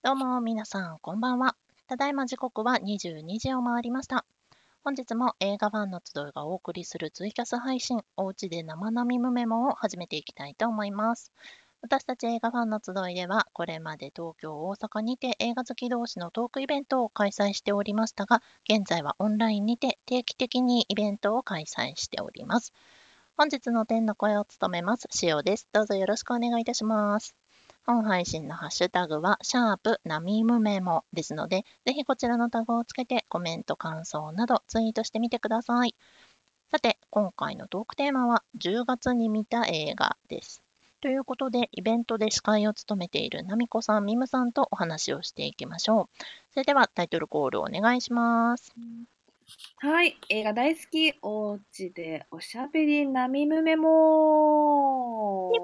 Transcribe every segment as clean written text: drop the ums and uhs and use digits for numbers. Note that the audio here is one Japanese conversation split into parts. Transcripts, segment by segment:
どうも皆さん、こんばんは。ただいま時刻は22時を回りました。本日も映画ファンの集いがお送りするツイキャス配信、おうちで生並みメモを始めていきたいと思います。私たち映画ファンの集いでは、これまで東京、大阪にて映画好き同士のトークイベントを開催しておりましたが、現在はオンラインにて定期的にイベントを開催しております。本日の天の声を務めます、しおです。どうぞよろしくお願いいたします。本配信のハッシュタグは、シャープナミムメモですので、ぜひこちらのタグをつけてコメント、感想などツイートしてみてください。さて、今回のトークテーマは、10月に見た映画です。ということで、イベントで司会を務めているナミコさん、ミムさんとお話をしていきましょう。それではタイトルコールお願いします。 はい、映画大好き、おうちでおしゃべりナミムメモ。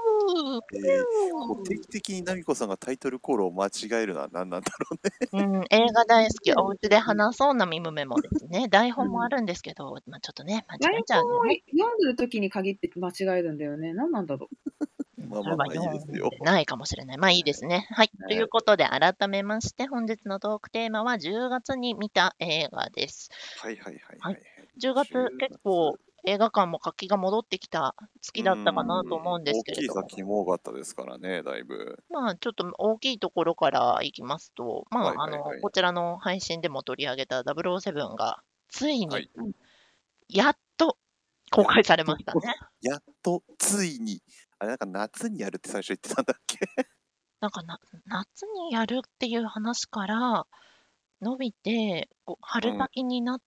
定期的にナミコさんがタイトルコールを間違えるのは何なんだろうん、映画大好き、お家で話そうなミムメモですね。台本もあうん、 るんですけど、ちょっとね、間台違えちゃうんで本をね。 読んでる時に限って間違えるんだよね。何なんだろう。 それはまあまあまあいい読ですよ。 んでないかもしれない。まあいいですね。はい。ということで、改めまして、本日のトークテーマは10月に見た映画です。 はいはいはいはい。 はい。 10月 10 結構月。 映画館も活気が戻ってきた月だったかなと思うんです大きいけれども、 作品も多かったですからね、だいぶ。 まあちょっと大きいところからいきますと、 はいはいはい。 こちらの配信でも取り上げた007がついにはい。 う。うん、 やっと公やっ開されまと、 したね。 やっと、ついに。あれなんか夏にやるって最初言ってたんだっけ？ 夏にやるっていう話から伸びて、こうう春ん。 先になって、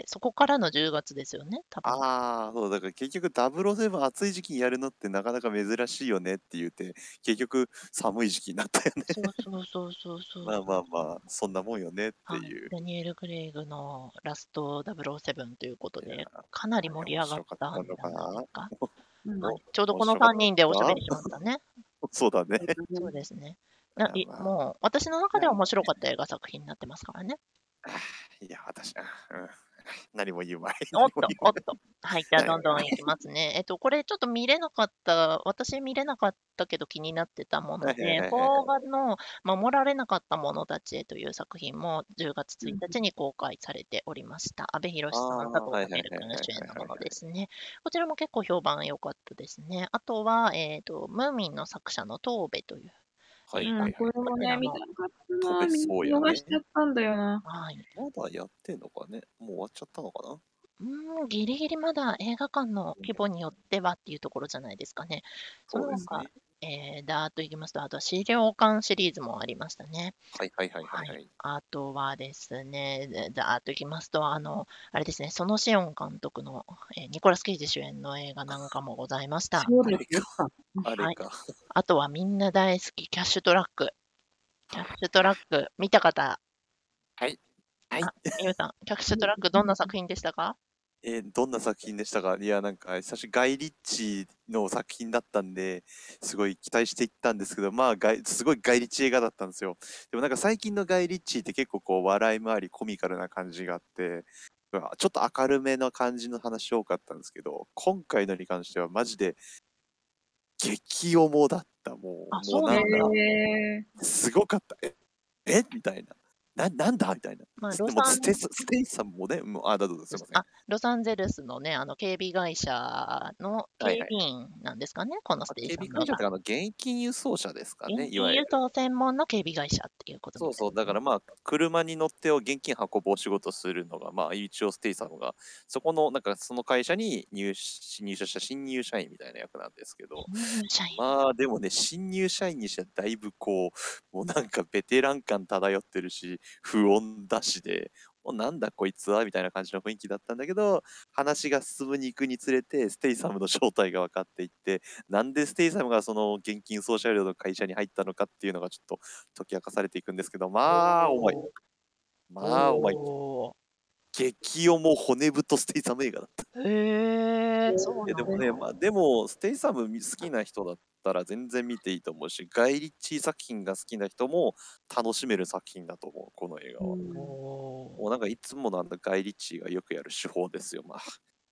そこからの10月ですよね、多分。 ああ、そう、だから結局007暑い時期にやるのってなかなか珍しいよねって言って、結局寒い時期になったよね。 そうそうそうそうそうまあそうまあまあ、そんなもんよねってはい。 いう。 ダニエル・クレイグのラスト007ということいやで、かなりあれ盛り上がっ面白かったのかたんじゃないですな？ か。 うん、 はい。 お、 ちょうどこの面白かっ 3人でおしゃべた？ りしましたね。 そうだね。 そうだそうね。 ですね。 まあ、 もう、私の中いや、 では面白かった映画作品になってますからね。 いや、私、何も言うまい。 おっ何も言うまい。 とおっと。はい、じゃあ何も言うまい。 どんどんいきますね。これちょっと見れなかった、私見れなかったけど気になってたもはいはいので、 はいはい。 邦画の守られなかった者たちへという作品も10月1 うん、 日に公開されておりました。阿部寛さん、佐ああ、はいはい藤健君はいはいはい主演のものはいはい。 ですね。こちらも結構評判良かったですね。あとは、ムーミンの作者のトーベという映画。 うん、 はいはいはいはい。 これもね、見たこちらも、 かったな。 飛べ見逃しそうやね。 ちゃったんだよな。 はい。 まだやってんのかね？もう終わっちゃったのかな？ ギリギリまだ映画館の規模によってはっていうところじゃないですかね。その他、 そうですね。 だーっといきますと、あとは資料館シリーズもありましたね。 はいはいはいはいはい。 はい。 あとはですね、だーっといきますと、あれですね、そのシオン監督の、ニコラス・ケイジ主演の映画なんかもございました。 そうですよ。 あれか。あれはい。 か。 あとはみんな大好き、キャッシュトラック。キャッシュトラック、見た方、 はい。はい。 みゆさん、キャッシュトラックどんな作品でしたか？ どんな作品でしたか？いや、なんか、ガイ・リッチーの作品だったんで、すごい期待していったんですけど、まあ、すごいガイ・リッチー映画だったんですよ。でもなんか最近のガイ・リッチーって結構こう、笑いもあり、コミカルな感じがあって、ちょっと明るめな感じの話多かったんですけど、今回のに関してはマジで激重だった。もあ、 う、もうそうなんだ。 すごかった。みたいな。なんだみたいな。 まあ、 でもステイさんもね、もう、どうぞすいません。 ロサンゼルスのね、警備会社のはいはい。 警備員なんですかね、このステイ警サムが。 備会社って現金輸送車ですかね、 現いわゆる。 金輸送専門の警備会社っていうことみそうそう、 たいですね。 だからまあ、車に乗って現金運ぶお仕事するのが、まあ、一応ステイさんが、そこの、なんかその会社に入社した新入社員みたいな役なんですけど、 新入社員。 まあ、でもね、新入社員にしてはだいぶこう、もうなんかベテラン感漂ってるし、不穏だしで、もうなんだこいつはみたいな感じの雰囲気だったんだけど、話が進むに行くにつれて、ステイサムの正体が分かっていって、なんでステイサムがその現金ソーシャルの会社に入ったのかっていうのがちょっと解き明かされていくんですけど、まあ、重い。 おー。 まあ、重い。 お激重骨太ステイサム映画だった。 ー。へえ、そうでもね、 なんだ。 まあ、でも、ステイサム好きな人だったら全然見ていいと思うし、ガイ・リッチー作品が好きな人も楽しめる作品だと思う、この映画は。 おー。 もうなんかいつもなんだガイ・リッチーがよくやる手法ですよ。まあ、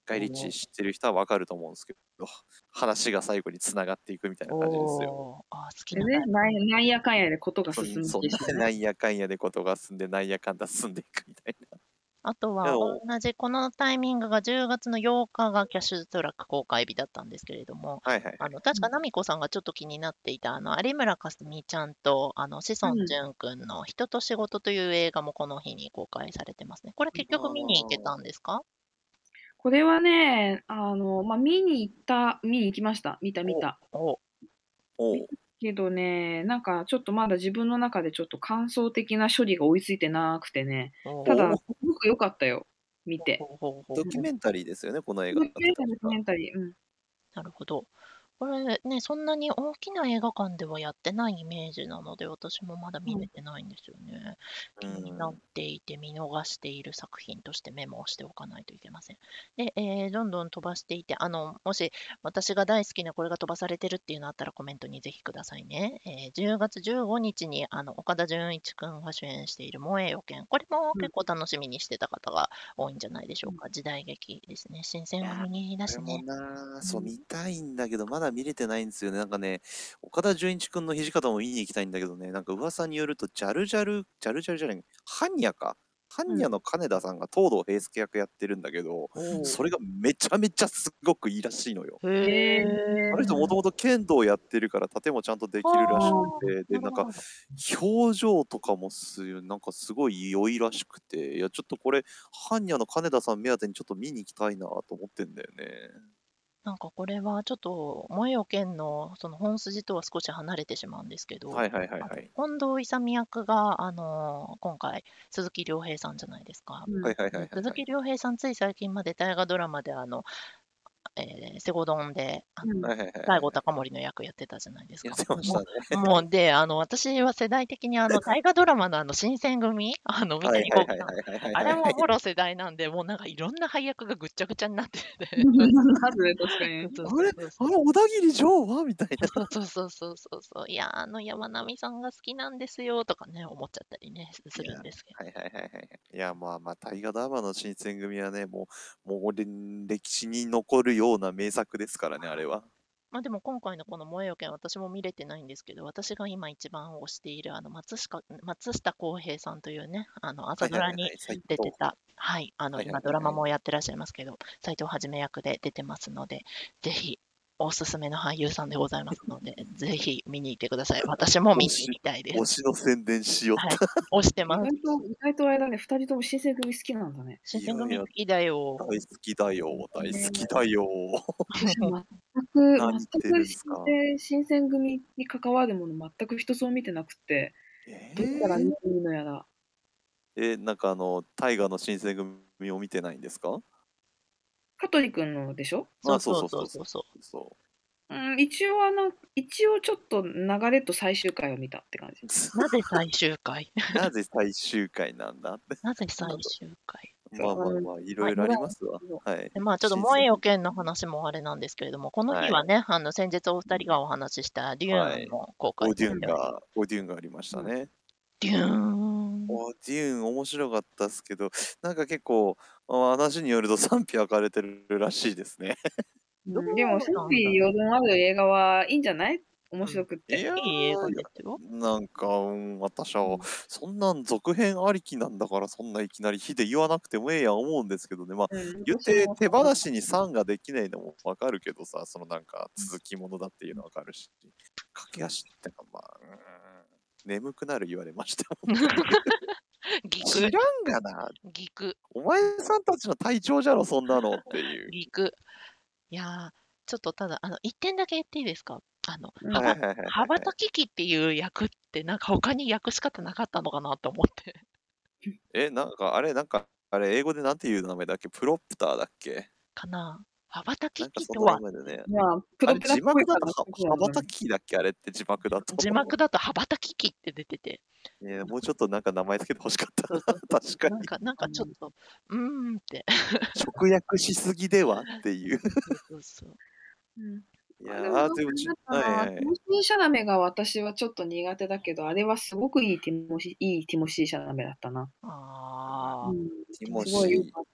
ガイリッチー知ってる人はわかると思うんですけど、話が最後に繋がっていくみたいな感じですよ。 おー、好きでね、 なタイプ。 なんやかんやでことがそ進むそんなっていうね。 なんやかんやでことが進んで、なんやかんだ進んでいくみたいな。 あとはでも、 同じこのタイミングが10月の8日がキャッシュトラック公開日だったんですけれども、 はいはいはい。 確かナミコさんがちょっと気になっていた、有村架純ちゃんと、志尊淳くんの人と仕事という映画もこの日に公開されてますね。これ結局見に行けたんですか？ これはね、見に行きました。見た。 お、 おうけどね、なんかちょっとまだ自分の中でちょっと感想的な処理が追いついてなくてね。 お、 ただ、 おすごく良かったよ。見て。 ドキュメンタリーですよね、この映画ってドキュメ確か。 ンタリー。うん。 なるほど。これね、そんなに大きな映画館ではやってないイメージなので、私もまだ見れてないんですよね。気になっていて見逃している作品としてメモをしておかないといけません。で、どんどん飛ばしていて、もし私が大好きなこれが飛ばされてるっていうのあったらコメントにぜひくださいね。10月15日に岡田准一くんが主演している萌えよ剣。これも結構楽しみにしてた方が多いんじゃないでしょうか。時代劇ですね。新選組だこれもしね。 な、そう見たいんだけど、まだ見れてないんですよね。なんかね、岡田准一くんの土方も見に行きたいんだけどね、なんか噂によると、ジャルジャルじゃない、般若か。般若の金田さんが東堂平介役やってるんだけど、 おそれがめちゃめちゃすごくいいらしいのよ。 ー、へへあの人もともと剣道やってるから、盾もちゃんとできるらしくて、で、なんか、表情とかもなんかすごい良いらしくて、いや、ちょっとこれ、般若の金田さん目当てにちょっと見に行きたいなと思ってんだよね。 なんかこれはちょっと萌えよ剣のその本筋とは少し離れてしまうんですけど、 はいはいはいはい。 近藤勇役が、今回鈴木亮平さんじゃないですか。 うん。 はいはいはいはい鈴木はい。 亮平さんつい最近まで大河ドラマでセゴドンでうん。 はいはいはいはい。 西郷隆盛の役やってたじゃないですか。 やってましたね。 もうで、私は世代的に大河ドラマの新選組、三はい谷幸喜さん、 はいはいはいはいはいあれはいはい。 ももろ世代なんで、もうなんかいろんな配役がぐっちゃぐちゃになってて、 なるね、確かに。 そうあれそうそう。 小田切城はみたいな。 そう。いや、山並さんが好きなんですよとかね、思っちゃったりね、すいや、 るんですけど。 はいはいはいはい。いや、まあまあ、大河ドラマの新選組はね、もう歴史に残るような名作ですからね、あれは。 まあでも今回のこの萌えよ剣、私も見れてないんですけど、私が今一番推している松下洸平さんというね、朝ドラにはいはいはいはい。斎藤。 出てた、はい、 はいはい今ドラマはいはい。 もやってらっしゃいますけど、斎藤はじめ役で出てますので、ぜひおすすめの俳優さんでございますので、ぜひ見に行ってください。私も見に行きたいです。 推しの宣伝しよっはい、 た。 推してます。 意外とあれだね、二人とも新選組好きなんだね。 新いやいや、 選組好きだよ。 大好きだよ、大好きだよ。何言ってるんですか。 新選組に関わるもの全く一つも見てなくて、どこから見ていいのやら。 なんか大河の新選組を見てないんですか？ 香取くんのでしょ？ あ、 そうそう。 うん、一応ちょっと流れと最終回を見たって感じ。 なぜ最終回なぜ最終回なんだって。 なぜ最終回まあまあまあ、いろいろありますわ。はい。 でまあ、ちょっと萌えよ剣の話もあれなんですけれども、この日はね、先日お二人がお話ししたデューンも公開オデされております。 ューンがありましたね。 デューン。 デューン面白かったっすけど、なんか結構、話によると賛否分かれてるらしいですね。 でも、賛否両論ある映画はいいんじゃない？面白くっいて。 やいい映画ですよ。 なんか、私は、そんなん続編ありきなんだから、そんないきなり火で言わなくてもええやん思うんですけどね。まあ、言って手放しに3ができないのもわかるけどさ、そのなんか続きものだっていうのわかるし、駆け足ってか、まあ、眠くなる言われましたもん。知らんがな。 ギク。 お前さんたちの体調じゃろ、そんなのっていう。 ギク。いやー、ちょっとただ、一点だけ言っていいですか？羽ばたき機っていう役って、なんか他に訳し方なかったのかなと思って。 なんかあれ、英語でなんていう名前だっけ？プロプターだっけ？ かな。羽ばたきなんかそ機とは、 んな名前でね。 あれ字幕だと羽ばたきだっけ？あれって字幕だと。 字幕だと羽ばたき機って出てて。 もうちょっとなんか名前つけてほしかったな。確かに。 なんかちょっと、って。 直訳しすぎではっていう。 そう。 いやー、でもティモシー・シャラメが私はちょっと苦手だけど、あれはすごくいいティモシー・シャラメだったな。 ああ。 ティモシー。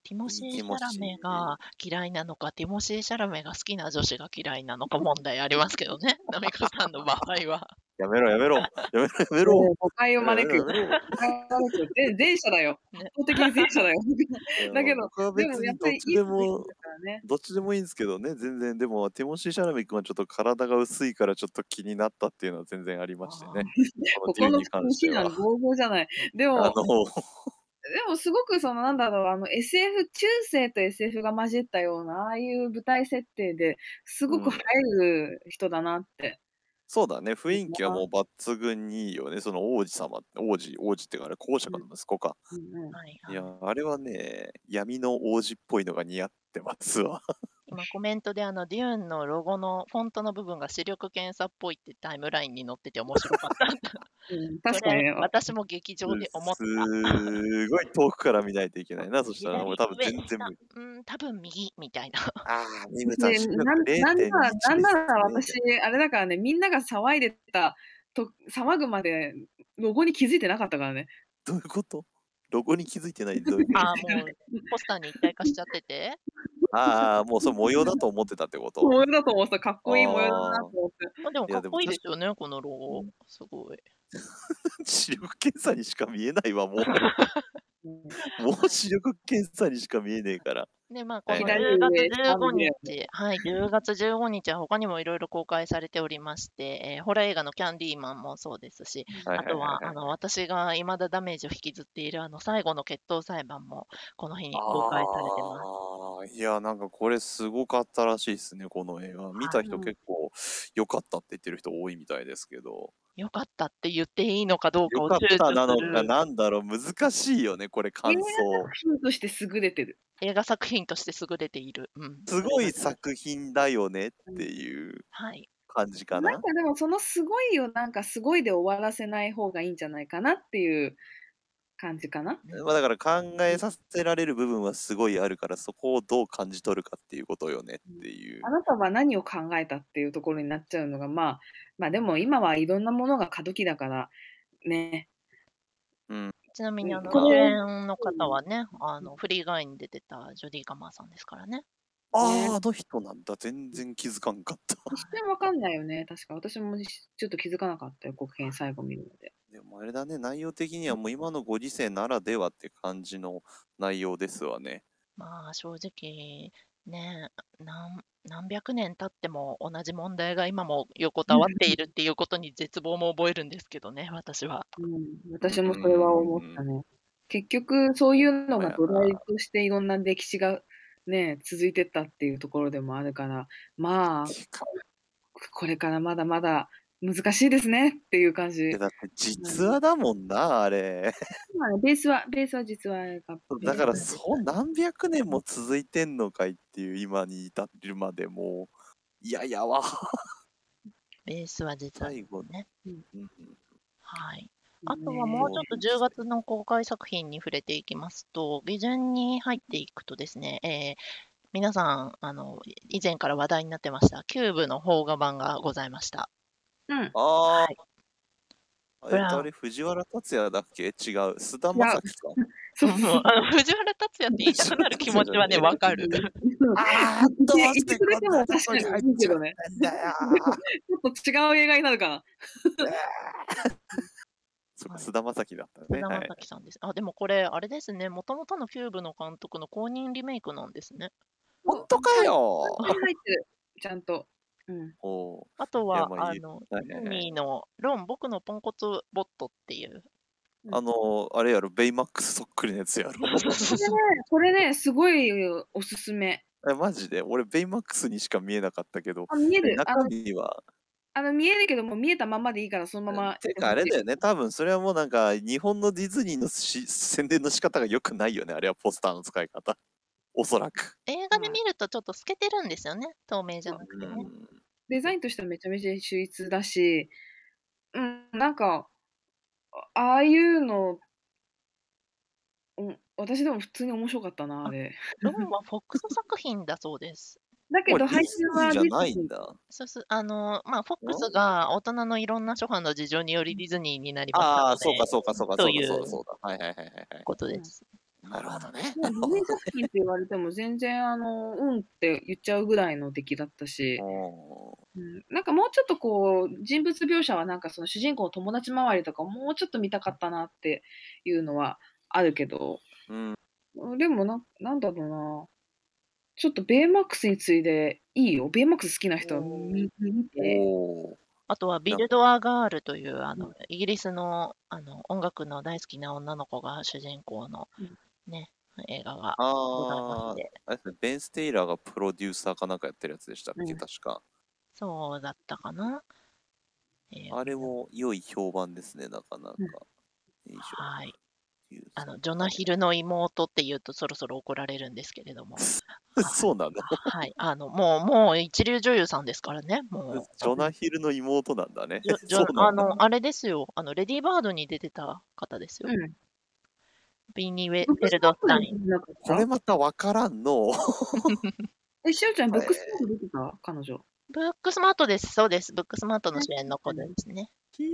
ティモシー・シティモャラメシー。 が嫌いなのか、ティモシー・シャラメが好きな女子が嫌いなのか問題ありますけどね。ナミコさんの場合は。 やめろやめろ。やめろやめろ。 誤解をやめ招く。 ろやめろ。 誤解を招く。前者だよ。 ね。 圧倒的に前者だよ。 いやだけど、 僕はでもやっぱりい別にどっちい雰囲気でも、 だからね。 どっちでもいいんですけどね、全然。でも、ティモシー・シャラメ君はちょっと体が薄いからちょっと気になったっていうのは全然ありましてあね。 ーこのデューンに他の人の関しては。 非難合々じゃない。でも、すごくなんだろう、SF、中世と SF が混じったような、ああいう舞台設定ですごく入る人だなって。 そうだね、雰囲気はもう抜群にいいよね。その王子様、王子っていうかあれ、公爵の息子か。 はいいや、 はい。 あれはね、闇の王子っぽいのが似合ってますわ。 今コメントでデューンのロゴのフォントの部分が視力検査っぽいってタイムラインに載ってて面白かった。 確かにね。 私も劇場で思った。 すごい遠くから見ないといけないな。そしたら俺多分左全然無理。 上、多分右みたいな。 ああ、ミムさん、視力なん 0.1 ならですね。 私、あれだからね、みんなが騒いでた騒ぐまでロゴに気づいてなかったからね。 どういうことロゴに気づいてないどういうことああ、もうポスターに一体化しちゃってて。 ああ、もうそれ模様だと思ってたってこと模様だと思ってた。かっこいい模様だなと思って。 でもかっこいいいやでもですよね、このロゴ。すごい。 視力検査にしか見えないわ、もう。もう視力検査にしか見えねえから。 で、まあ、この左 10月上 15日、はい、10月15日は他にもいろいろ公開されておりまして、ホラー映画のキャンディーマンもそうですし、 はいあとは、 はいはいはい私が未だダメージを引きずっている最後の決闘裁判もこの日に公開されてます。 ああ、いや、なんかこれすごかったらしいですね、この映画。見た人結構良かったって言ってる人多いみたいですけど。 よかったって言っていいのかどうか良かっを躊躇たなのか、 するなんだろう、難しいよね、これ感想。 作品として優れてる。 映画作品として優れている。 すごい作品だよねっていうはい。 感じかな。 なんかでもそのすごいをなんかすごいで終わらせない方がいいんじゃないかなっていう感じかな。 まあだから考えさせられる部分はすごいあるから、そこをどう感じ取るかっていうことよねっていうあ。なたは何を考えたっていうところになっちゃうのが、まあでも今はいろんなものが過渡期だからね。 ちなみにこれ主演の方はね、フリーガイに出てたジョディ・ガマーさんですからね。 ああ、あの人なんだ。全然気づかんかった。 一瞬わかんないよね。確か私もちょっと気づかなかったよ。国編最後見るので。 でもあれだね、内容的にはもう今のご時世ならではって感じの内容ですわね。 まあ正直ね、何百年経っても同じ問題が今も横たわっているっていうことに絶望も覚えるんですけどね、私は。 私もそれは思ったね。結局そういうのが土台としていろんな歴史がね、続いてったっていうところでもあるから、まあ、これからまだまだ難しいですねっていう感じ。 だって実話だもんな、あれ。 まあね、ベースは実話が。 だからそう何百年も続いてんのかいっていう今に至るまでもう、いやいやわ。 ベースは実は最後ね。 うんはい。あとはもうちょっと10月の公開作品に触れていきますと、下旬に入っていくとですね、皆さん、以前から話題になってました、キューブの邦画版がございました。 うん。 ああ、 はいあれ、藤原竜也だっけ違う。菅田将暉か。 そう藤原竜也って言いたくなる気持ちはね、わかる。 ああ、どう言っしててくれてもこんなと確かにこに入っちゃっいいけどね。 たんだよ。 ちょっと違う映画になるかな。 そうか、菅田将暉だったね。 菅田将暉さんです。でもこれ、あれですね、もともとのキューブの監督の公認リメイクなんですね。 本当かよ。 入ってる。ちゃんと。 あとは、 まあいいユーミーの僕のポンコツボットっていう。 あれやろ、ベイマックスそっくりなやつやろ。 これね、すごいおすすめ。 マジで俺、ベイマックスにしか見えなかったけど、 見える。 中身は。 見えるけど、もう見えたままでいいから、そのまま。 てか、あれだよね、多分それはもうなんか、日本のディズニーの宣伝の仕方が良くないよね、あれはポスターの使い方。おそらく。 映画で見るとちょっと透けてるんですよね、透明じゃなくてね。 デザインとしてはめちゃめちゃ秀逸だし、なんか、ああいうの、私でも普通に面白かったな、あれ。 ロンはフォックス作品だそうです。 だけど、 配信はじゃないんだ。 そうフォックスが大人のいろんな諸般の事情によりディズニーになりましたので。 そうか、そうだ。 ということです。 なるほどね。 もうディズニー作品って言われても全然うんって言っちゃうぐらいの出来だったし、なんかもうちょっとこう、人物描写はなんかその主人公の友達周りとかもうちょっと見たかったなっていうのはあるけど、でもなんだろうな。ちょっとベイマックスに次いでいいよ。ベイマックス好きな人は見て。 あとはビルド・ア・ガールというイギリスの音楽の大好きな女の子が主人公のね、映画がございまして。 あれですね、ベン・ステイラーがプロデューサーかなんかやってるやつでしたっけ、確か。 そうだったかな。 あれも良い評判ですね、なかなか。 はい。ジョナヒルの妹って言うとそろそろ怒られるんですけれども。 そうなの？ はい。もう一流女優さんですからね。もう。 ジョナヒルの妹なんだね。 あれですよ。レディーバードに出てた方ですよ。ビニー・ウェルドスタイン。 これまたわからんの。 しおちゃん、ブックスマート出てた彼女。 ブックスマートです。そうです。ブックスマートの主演の子ですね。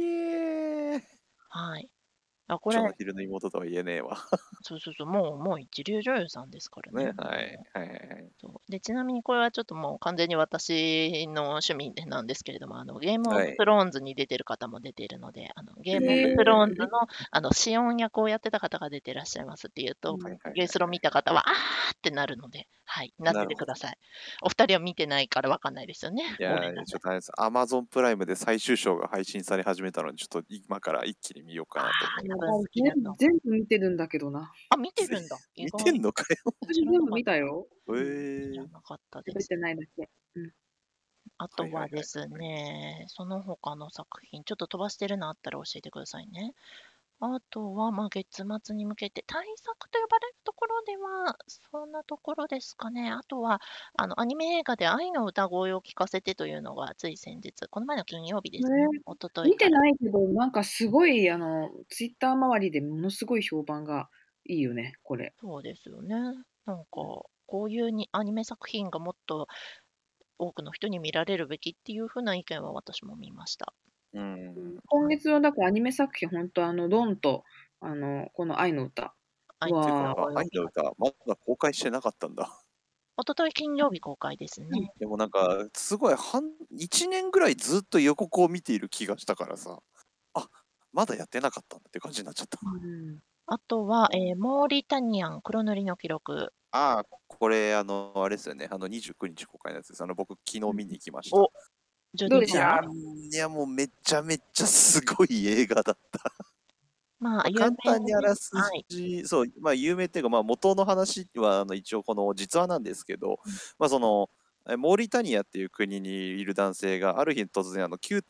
はい。 ジョナヒルの妹とは言えねえわ。 そう。もう一流女優さんですからね。 はい。 で、ちなみにこれはちょっともう完全に私の趣味なんですけれども、ゲームオブスローンズに出てる方も出ているので、ゲームオブスローンズのシオン役をやってた方が出てらっしゃいますっていうと、ゲースロ見た方は、あーってなるので、はい、なっててください。お二人は見てないからわかんないですよね。 いやー、ちょっとあれです。Amazon プライムで最終章が配信され始めたので、ちょっと今から一気に見ようかなと思います。全部見てるんだけどな。 あ、見てるんだ。 見てんのかよ。 全部見たよ。 知らなかったです。 見てないだけ。 あとはですね、その他の作品、ちょっと飛ばしてるのあったら教えてくださいね。あとは、月末に向けて、対策と呼ばれるところでは、そんなところですかね。あとは、アニメ映画で愛の歌声を聞かせてというのが、つい先日、この前の金曜日ですね。一昨日見てないけど、なんかすごい、ツイッター周りでものすごい評判がいいよね、これ。 そうですよね。なんか、こういうアニメ作品がもっと多くの人に見られるべきっていうふうな意見は私も見ました。 今月はだからアニメ作品、本当ドンと、この愛の歌愛の歌、まだ公開してなかったんだ。 一昨日金曜日公開ですね。 でもなんか、すごい1年ぐらいずっと予告を見ている気がしたからさ、あ、まだやってなかったんだって感じになっちゃった。 あとは、モーリタニアン黒塗りの記録。 これ、あれですよね。29日公開のやつです。僕、昨日見に行きました。 どうでした？ いや、もうめちゃめちゃすごい映画だった。簡単にあらすじ、そう、有名っていうか、元の話は一応この実話なんですけど、そのモーリタニアっていう国にいる男性がある日突然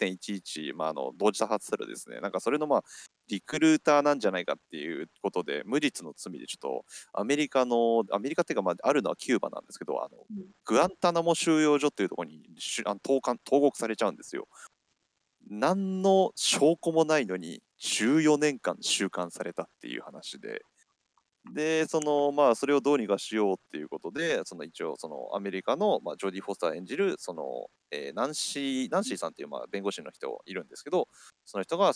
9.11、同時多発テロですね、なんかそれのリクルーターなんじゃないかっていうことで無実の罪でちょっとアメリカっていうか、あるのはキューバなんですけど、グアンタナモ収容所っていうところに投獄されちゃうんですよ。何の証拠もないのに14年間収監されたっていう話で、それをどうにかしようっていうことで、一応アメリカの、ジョディ・フォスター演じるナンシーさんっていう弁護士の人いるんですけど、その人が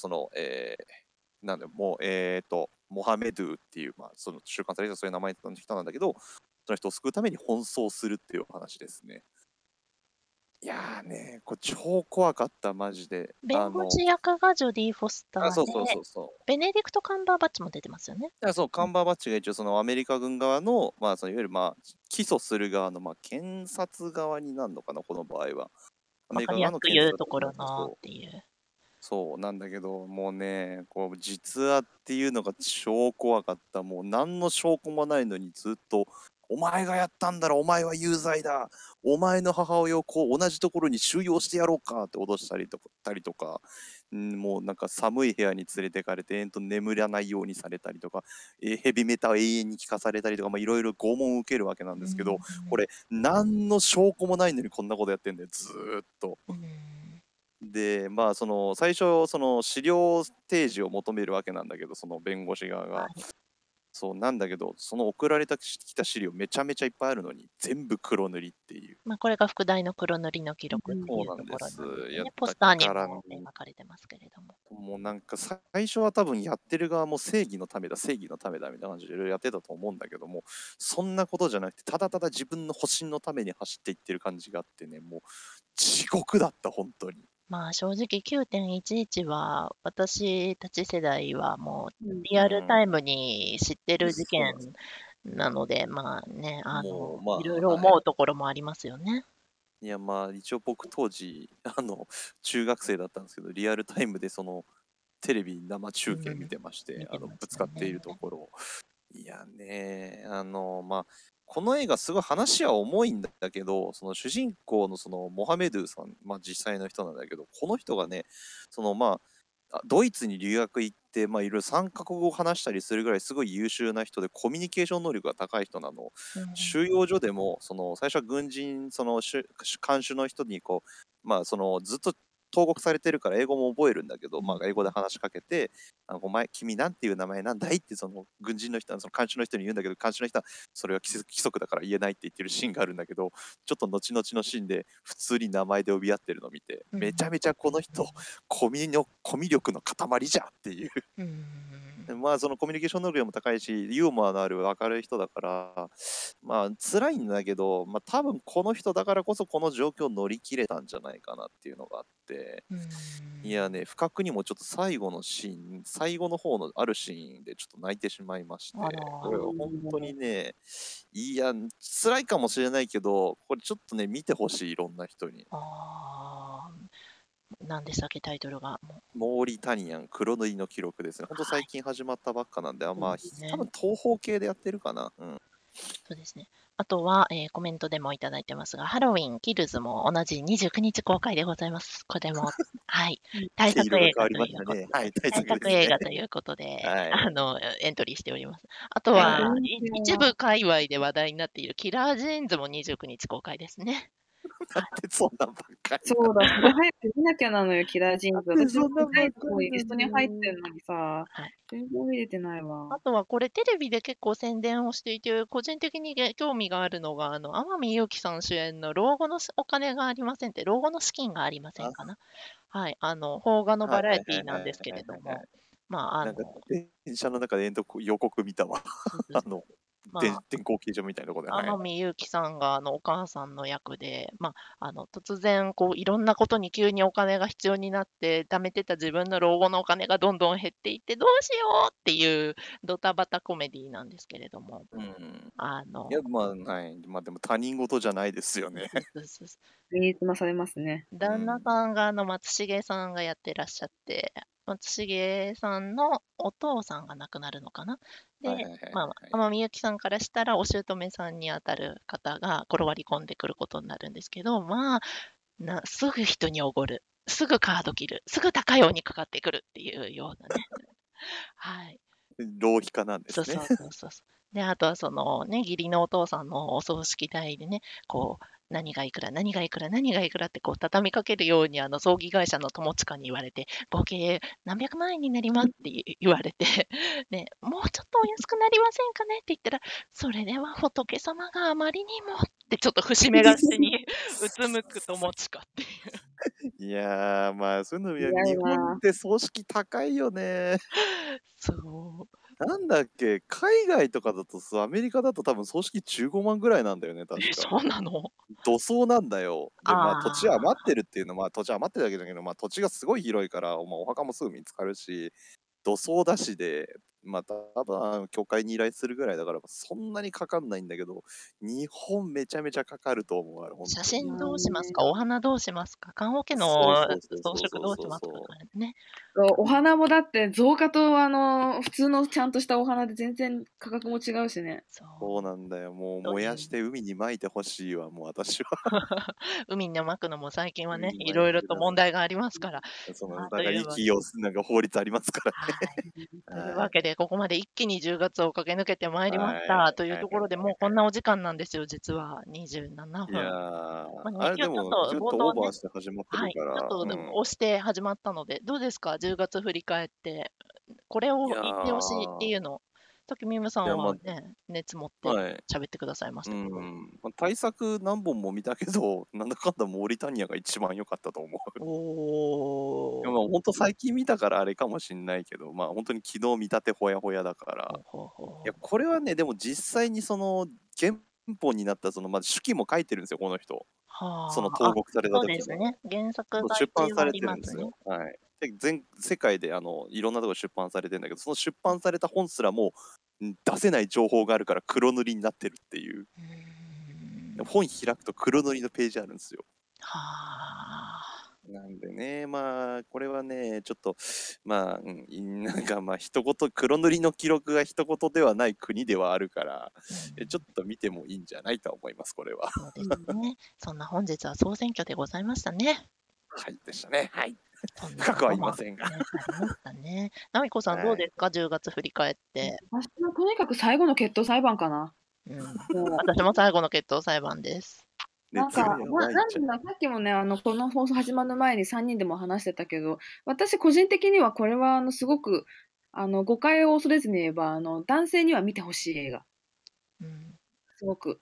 モハメドゥっていう、その収監されたそういう名前の人なんだけど、その人を救うために奔走するっていう話ですね。いやーね、これ超怖かった、マジで。 弁護士役がジョディ・フォスターで、ベネディクト・カンバーバッチも出てますよね。 そう、カンバーバッチが一応アメリカ軍側の、いわゆる起訴する側の、検察側になるのかな、この場合は。 アメリカ側の検察ところのっていう。 そうなんだけど、もうね、実話っていうのが超怖かった。もう何の証拠もないのにずっと、お前がやったんだろ、お前は有罪だ、お前の母親を同じところに収容してやろうかって脅したりとか、もうなんか寒い部屋に連れてかれて眠らないようにされたりとか、ヘビメタを永遠に聞かされたりとか、いろいろ拷問を受けるわけなんですけど、これ何の証拠もないのにこんなことやってんだよ、ずーっと。で最初資料提示を求めるわけなんだけど、その弁護士側が、そうなんだけど、その送られてきた資料めちゃめちゃいっぱいあるのに全部黒塗りっていう。 これが副題の黒塗りの記録っていうところなんですね。ポスターにも描かれてますけれども。 もうなんか最初は多分やってる側も正義のためだ正義のためだみたいな感じでいろいろやってたと思うんだけども、そんなことじゃなくてただただ自分の保身のために走っていってる感じがあってね、もう地獄だった本当に。 まあ正直9.11は私たち世代はもうリうアルタん、 イムに知ってる事件そうなんです。 なので、まあね、 もうまいろいろあ、はい。 思うところもありますよね。 いやまあ一応僕当時中学生だったんですけど、リアルタイムでそのテレビ生う中継見ん、 てまして、 見てまぶしたね。 つかっているところを。いやね、まあ、この映画すごい話は重いんだけど、その主人公のそのモハメドゥさん、まあ実際の人なんだけど、この人がね、そのまあ、ドイツに留学行って、まあいろいろ3カ国語を話したりするぐらいすごい優秀な人で、コミュニケーション能力が高い人なの。 うん、 収容所でも、最初は軍人、看守の人にまあずっと投獄されてるから英語も覚えるんだけど、まあ英語で話しかけて、お前、君なんていう名前なんだいってその軍人の人、その看守の人に言うんだけど、看守の人はそれは規則だから言えないって言ってるシーンがあるんだけど、ちょっと後々のシーンで普通に名前で呼び合ってるのを見て、 うん、 めちゃめちゃこの人、コミュ力の塊じゃんっていう。 うん、 まあそのコミュニケーション能力も高いし、ユーモアのある明るい人だから、まあ辛いんだけど、まあ多分この人だからこそこの状況を乗り切れたんじゃないかなっていうのがあって、 うん、 いやね、不覚にもちょっと最後のシーン、最後の方のあるシーンでちょっと泣いてしまいましあら、 て、これは本当にね、いや、辛いかもしれないけど、これちょっとね、見てほしい、いろんな人に。 あ何でしたっけ、タイトルが。 モーリタニアン、黒塗りの記録ですね。ほんとはい、 最近始まったばっかなんで、まあ、多ね。 分東方系でやってるかな。うん。 そうですね。あとは、コメントでもいただいてますが、ハロウィン、キルズも同じ29日公開でございます。これも、はい、対毛策映画色が変わりということましたね。はい、対対策策ですね。 映画ということで、 はい。 エントリーしております。あとあ、 はい。 は、 こんにち一は。 部界隈で話題になっているキラージェーンズも29日公開ですね。 なんでそんなんばっかりそうだ、それ早く見なきゃなのよ、キラージーンズ。 なんで私もそんなんばっ見たいとこにかりなリストに入っての。 んのにさ、 はい。 全然見れてないわ。 あとはこれテレビで結構宣伝をしていて、個人的に興味があるのが、天海祐希さん主演の老後のお金がありませんって、老後の資金がありませんかあ、 な。はい。邦画のはいバラエティなんですはいはいはいけれども、 はいはい。 まあ、 なんか電車の中で予告見たわ。 そうであす。 の、 ま電光掲示板みたいなところで、 あ、天はい。 海祐希さんがお母さんの役で、突然、いろんなことに急にお金が必要になって、貯めてた自分の老後のお金がどんどん減っていって、どうしようっていうドタバタコメディなんですけれども、 うん。 あいや、 の、 まあ、はい。まあでも他人事じゃないですよね。 そうそうそうそう、 身につまされますね。 う旦那ん。 さんが松重さんがやってらっしゃって、松重さんのお父さんが亡くなるのかな。で、 はいはいはいはいまあ、 はい。 天海祐希さんからしたらお姑さんにあたる方が転がり込んでくることになるんですけど、まあ、すぐ人におごる。すぐカード切る。すぐ高いお肉買ってくるっていうようなね。はい。 浪費家なんですね。 そうそうそうそうそう。で、あとはそのね、義理のお父さんのお葬式代でね、何がいくら、何がいくら、何がいくらって畳みかけるように葬儀会社の友近に言われて、合計何百万円になりますって言われて、ね、もうちょっとお安くなりませんかねって言ったら、それでは仏様があまりにもってちょっと節目がちにうつむく友近っていう。 いやー、まあ、そういうの、いや、 似合日本っうな。 て葬式高いよね。 そう。 なんだっけ、海外とかだとさ、アメリカだと多分葬式15万ぐらいなんだよね、確か。 そうなの？ 土葬なんだよ。で、まあ土地余ってああ、 るっていうのは、まあ土地余ってるだけだけど、まあ土地がすごい広いから、まあお墓もすぐ見つかるし、土葬だしで、まあ多分教会に依頼するぐらいだから、そんなにかかんないんだけど、日本めちゃめちゃかかると思う、あれ、本当に。 写真まあどうしますね。 か？お花どうしますか？棺桶そうのそうそう装飾そうそうどうしますか？とそうそかね。 そうお花もだって造花と普通のちゃんとしたお花で全然価格も違うしね。 そう。 そうなんだよ。もうという。 燃やして海に撒いてほしいわ、もう私は。 海にまくのも最近はね、 海に撒いいろいろとてください。 問題がありますから。 だからいいというわけ企業なんか法律ありますからはい。 ね。 というはい。 わけで、ここまで一気に10月を駆け抜けてまいりましはい。 た。というはい。 ところで、もうこんなお時間なんですよ、実は。27 いや分。 ー、 今あれでも、 日ちょっとちょっとオーバー冒頭ね、 して始まってはい、 るから、 ちょっとうん。 押して始まったので、どうですか？ 10 月振り返って、これいやを言ってほしいってー、 いうの、さっきミムさいや、 んまはね、熱持っあ、 てはい。 喋ってくださいましうたけど。 ん。まあ、対策何本も見たけど、なんだかんだモーリタニアが一番良かったと思う。いや、まあ、 おー。 本当最近見たからあれかもしんないけど、本当に昨日見たてほやほやだから。いや、これはね、でも実際にその原本になったまず手記も書いてるんですよ、この人。その投獄されたそうで時の。 すね。原作が出版され一応ありますね。 てるんですよ。はい。で、全世界でいろんなところ出版されてるんだけど、その出版された本すらも出せない情報があるから黒塗りになってるっていう。本開くと黒塗りのページあるんですよ。なんでね、これはね、ちょっと、なんか一言、黒塗りの記録が一言ではない国ではあるから、ちょっと見てもいいんじゃないと思います、これは。 そうですね。そんな本日は総選挙でございましたね。 はい、でしたね。はい。 そんな深くは言いこともませんが。 ありましたね。なみこさんどうですか、10月振り返って。 私はとにかく最後の決闘裁判かな。 私も最後の決闘裁判です。 なんか、なんだ、さっきもね、この放送始まる前に3人でも話してたけど、私個人的にはこれはすごく誤解を恐れずに言えば男性には見てほしい映画。すごく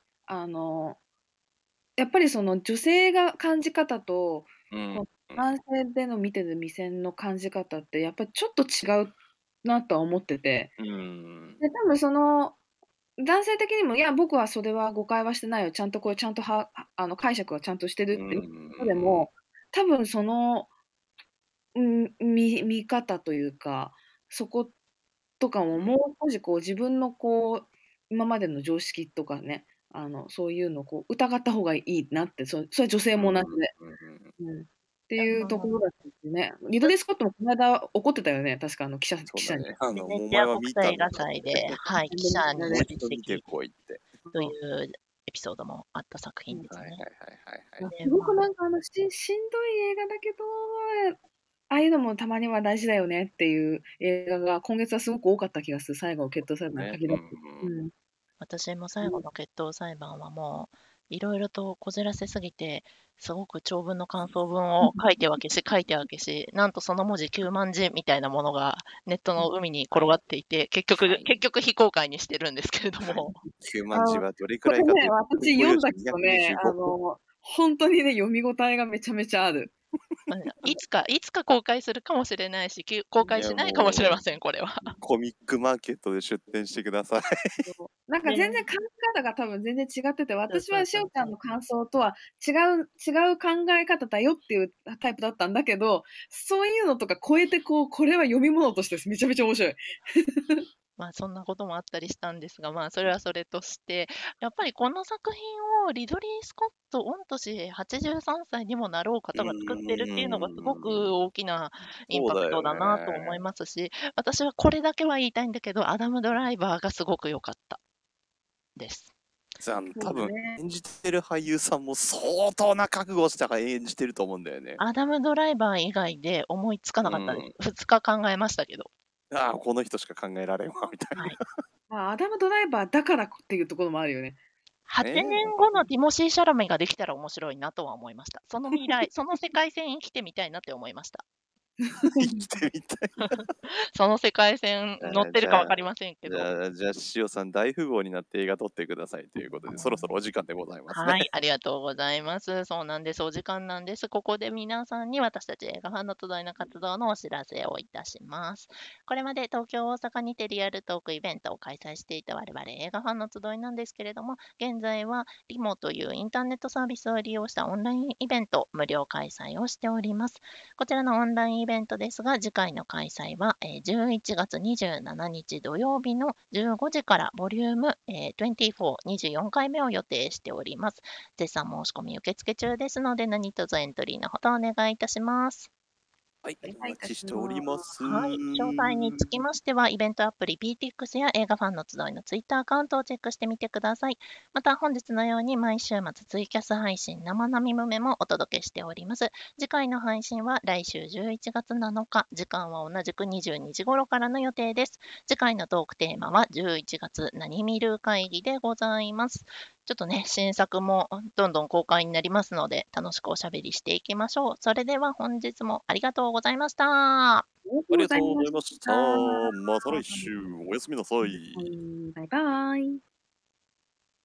やっぱりその女性が感じ方と、男性での見てる目線の感じ方ってやっぱりちょっと違うなとは思ってて。で、多分その男性的にも、いや、僕はそれは誤解はしてないよ。ちゃんと解釈はちゃんとしてるっていうことでも、多分その、見方というか、そことかももう少し自分の今までの常識とかね、そういうのを疑った方がいいなって、それは女性も同じで。っていうところだったしね。リドリー・スコットもこの間怒ってたよね、確か記者に。 ベネチア国際映画祭で、記者に叱責というエピソードもあった作品ですね。 すごくなんかしんどい映画だけど、ああいうのもたまには大事だよねっていう映画が今月はすごく多かった気がする。最後を決闘裁判に限らず。 私も最後の決闘裁判はもういろいろとこじらせすぎて、すごく長文の感想文を書いては消し、なんとその文字9万字みたいなものがネットの海に転がっていて、結局非公開にしてるんですけれども。 9万字はどれくらいかというと、 私読んだけどね、本当にね、読み応えがめちゃめちゃある。 いつか公開するかもしれないし、公開しないかもしれません、これは。 コミックマーケットで出店してください。 なんか全然考え方が多分全然違ってて、私はしおちゃんの感想とは違う考え方だよっていうタイプだったんだけど、そういうのとか超えてこれは読み物としてめちゃめちゃ面白い。 そんなこともあったりしたんですが、それはそれとして、やっぱりこの作品をリドリー・スコット、御年83歳にもなろう方が作ってるっていうのがすごく大きなインパクトだなと思いますし、私はこれだけは言いたいんだけど、アダム・ドライバーがすごく良かったです。 多分演じてる俳優さんも相当な覚悟をして演じてると思うんだよね。 アダム・ドライバー以外で思いつかなかったです。2日考えましたけど。 この人しか考えられんわみたいな。アダム・ドライバーだからっていうところもあるよね。 8年後のティモシー・シャラメができたら面白いなとは思いました。その未来、その世界線生きてみたいなって思いました。 生きてみたいその世界線乗ってるか分かりませんけど。 じゃあ、塩さん大富豪になって映画撮ってくださいということで、そろそろお時間でございますね。 はい、ありがとうございます。そうなんです。お時間なんです。ここで皆さんに私たち映画ファンの集いの活動のお知らせをいたします。これまで東京、大阪にてリアルトークイベントを開催していた我々映画ファンの集いなんですけれども、現在はリモというインターネットサービスを利用したオンラインイベント無料開催をしております。こちらのオンラインイベントですが、次回の開催は11月27日土曜日の15時からボリューム24、24回目を予定しております。絶賛申し込み受付中ですので、何卒エントリーのほどお願いいたします。 はい、お待ちしております。 はい、詳細につきましては、イベントアプリ PTX や映画ファンの集いのツイッターアカウントをチェックしてみてください。また、本日のように毎週末ツイキャス配信生並みムメもお届けしております。次回の配信は来週11月7日、時間は同じく22時頃からの予定です。次回のトークテーマは11月何見る会議でございます。ちょっとね、新作もどんどん公開になりますので、楽しくおしゃべりしていきましょう。それでは本日もありがとうございました。 ありがとうございました。また来週、おやすみなさい。 バイバイ。